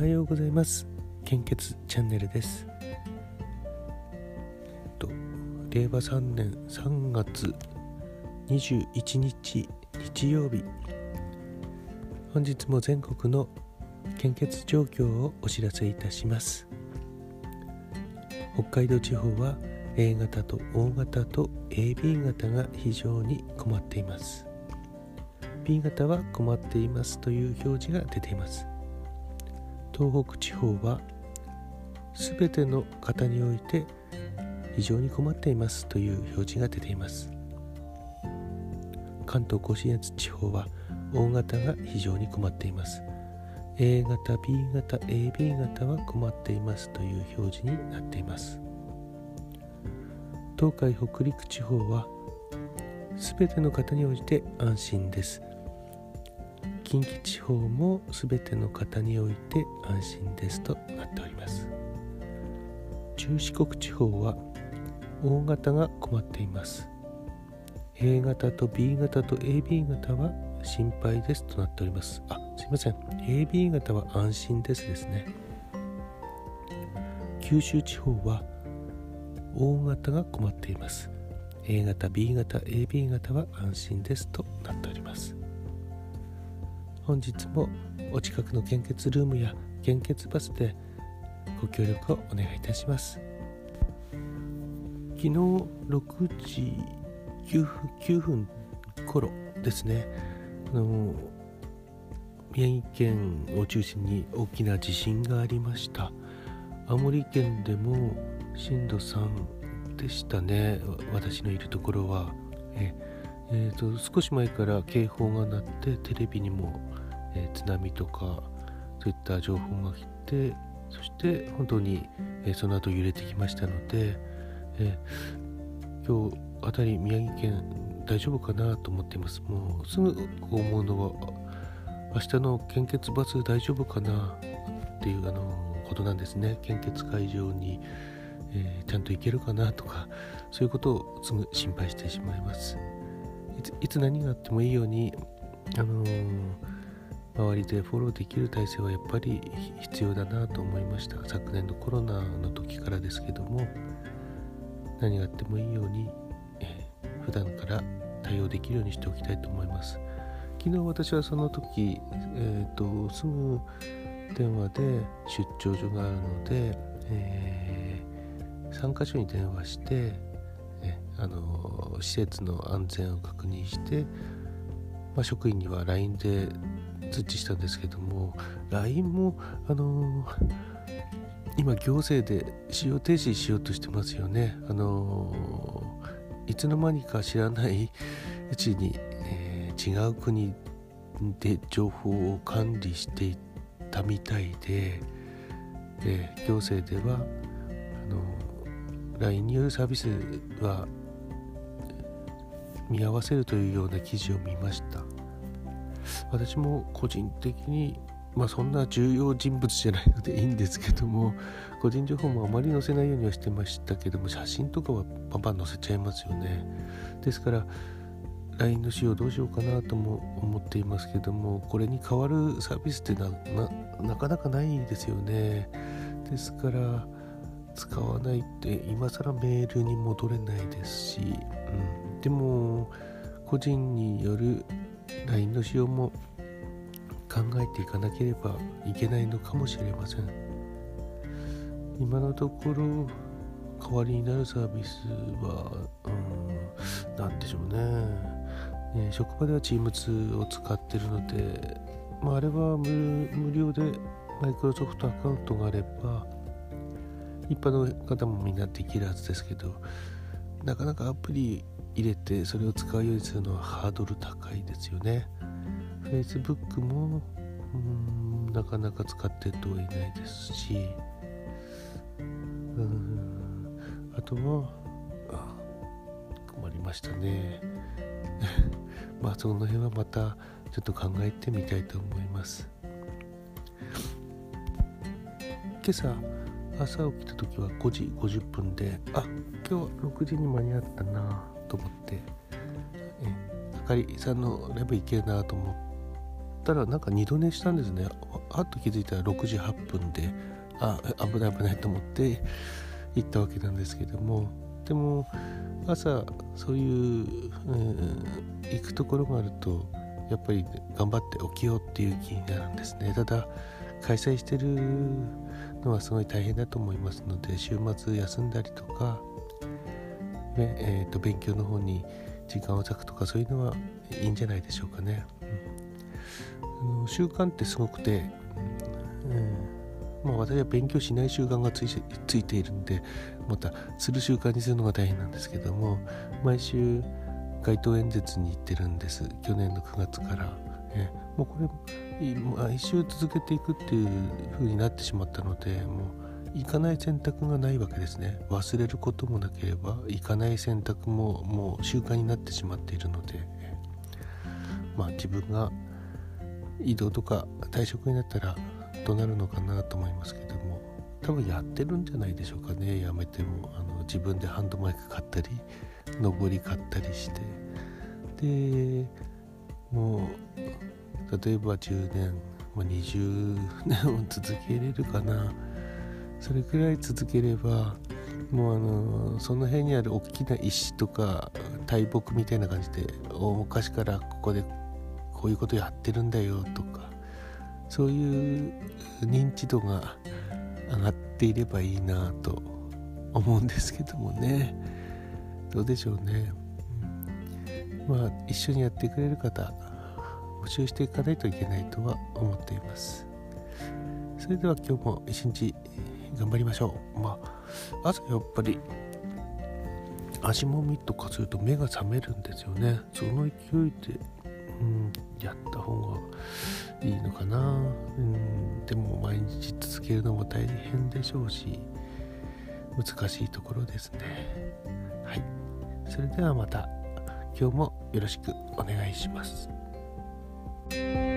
はようございます。献血チャンネルです。令和3年3月21日日曜日、本日も全国の献血状況をお知らせいたします。北海道地方は A 型と O 型と AB 型が非常に困っています。 B 型は困っていますという表示が出ています。東北地方はすべての方において非常に困っていますという表示が出ています。関東甲信越地方は O 型が非常に困っています。 A 型、B 型、AB 型は困っていますという表示になっています。東海北陸地方はすべての方において安心です。近畿地方もすべての方において安心ですとなっております。中四国地方は O 型が困っています。 A 型と B 型と AB 型は心配ですとなっております。すいません、 AB 型は安心ですですね。九州地方は O 型が困っています。 A 型、B 型、AB 型は安心ですとなっております。本日もお近くの献血ルームや献血バスでご協力をお願いいたします。昨日6時9分頃ですね、宮城県を中心に大きな地震がありました。青森県でも震度3でしたね。私のいるところは少し前から警報が鳴ってテレビにも、津波とかそういった情報が来て、そして本当に、その後揺れてきましたので、今日あたり宮城県大丈夫かなと思っています。もうすぐ思うのは明日の献血バス大丈夫かなっていうことなんですね。献血会場に、ちゃんと行けるかなとか、そういうことをすぐ心配してしまいます。いつ何があってもいいように、周りでフォローできる体制はやっぱり必要だなと思いました。昨年のコロナの時からですけども、何があってもいいように、普段から対応できるようにしておきたいと思います。昨日私はその時、すぐ電話で出張所があるので、3カ所に電話して、施設の安全を確認して、職員には LINE で通知したんですけども、 LINE も今行政で使用停止しようとしてますよね。いつの間にか知らないうちに、違う国で情報を管理していたみたいで、行政ではLINE によるサービスは見合わせるというような記事を見ました。私も個人的に、そんな重要人物じゃないのでいいんですけども、個人情報もあまり載せないようにはしてましたけども、写真とかはバンバン載せちゃいますよね。ですから LINE の使用どうしようかなとも思っていますけども、これに代わるサービスってなかなかないですよね。ですから使わないって今更メールに戻れないですし、でも個人による LINE の使用も考えていかなければいけないのかもしれません。今のところ代わりになるサービスは、なんでしょうね。職場では Teams を使っているので、あれは無料でマイクロソフトアカウントがあれば一般の方もみんなできるはずですけど、なかなかアプリ入れてそれを使うようにするのはハードル高いですよね。 Facebook もなかなか使ってとはいないですし、あとは困りましたね。その辺はまたちょっと考えてみたいと思います。今朝朝起きた時は5時50分で、今日は6時に間に合ったなと思って、あかりさんのライブ行けるなと思っったらなんか二度寝したんですね。あっと気づいたら6時8分で危ない危ないと思って行ったわけなんですけども、でも朝そういう、行くところがあるとやっぱり頑張って起きようっていう気になるんですね。ただ開催してるのはすごい大変だと思いますので、週末休んだりとか、勉強の方に時間を割くとかそういうのはいいんじゃないでしょうかね。習慣ってすごくて、私は勉強しない習慣がついているんで、またする習慣にするのが大変なんですけども、毎週街頭演説に行ってるんです。去年の9月から、もうこれ毎週続けていくっていう風になってしまったので、もう行かない選択がないわけですね。忘れることもなければ行かない選択ももう習慣になってしまっているので、自分が異動とか退職になったらどうなるのかなと思いますけども、多分やってるんじゃないでしょうかね。やめても自分でハンドマイク買ったり上り買ったりして、でもう例えば10年、20年を続けれるかな。それくらい続ければもうその辺にある大きな石とか大木みたいな感じで、大昔からここでこういうことやってるんだよとか、そういう認知度が上がっていればいいなと思うんですけどもね。どうでしょうね。一緒にやってくれる方募集していかないといけないとは思っています。それでは今日も一日頑張りましょう。朝やっぱり足もみとかすると目が覚めるんですよね。その勢いで、やった方がいいのかな。でも毎日続けるのも大変でしょうし、難しいところですね。はい、それではまた今日もよろしくお願いします。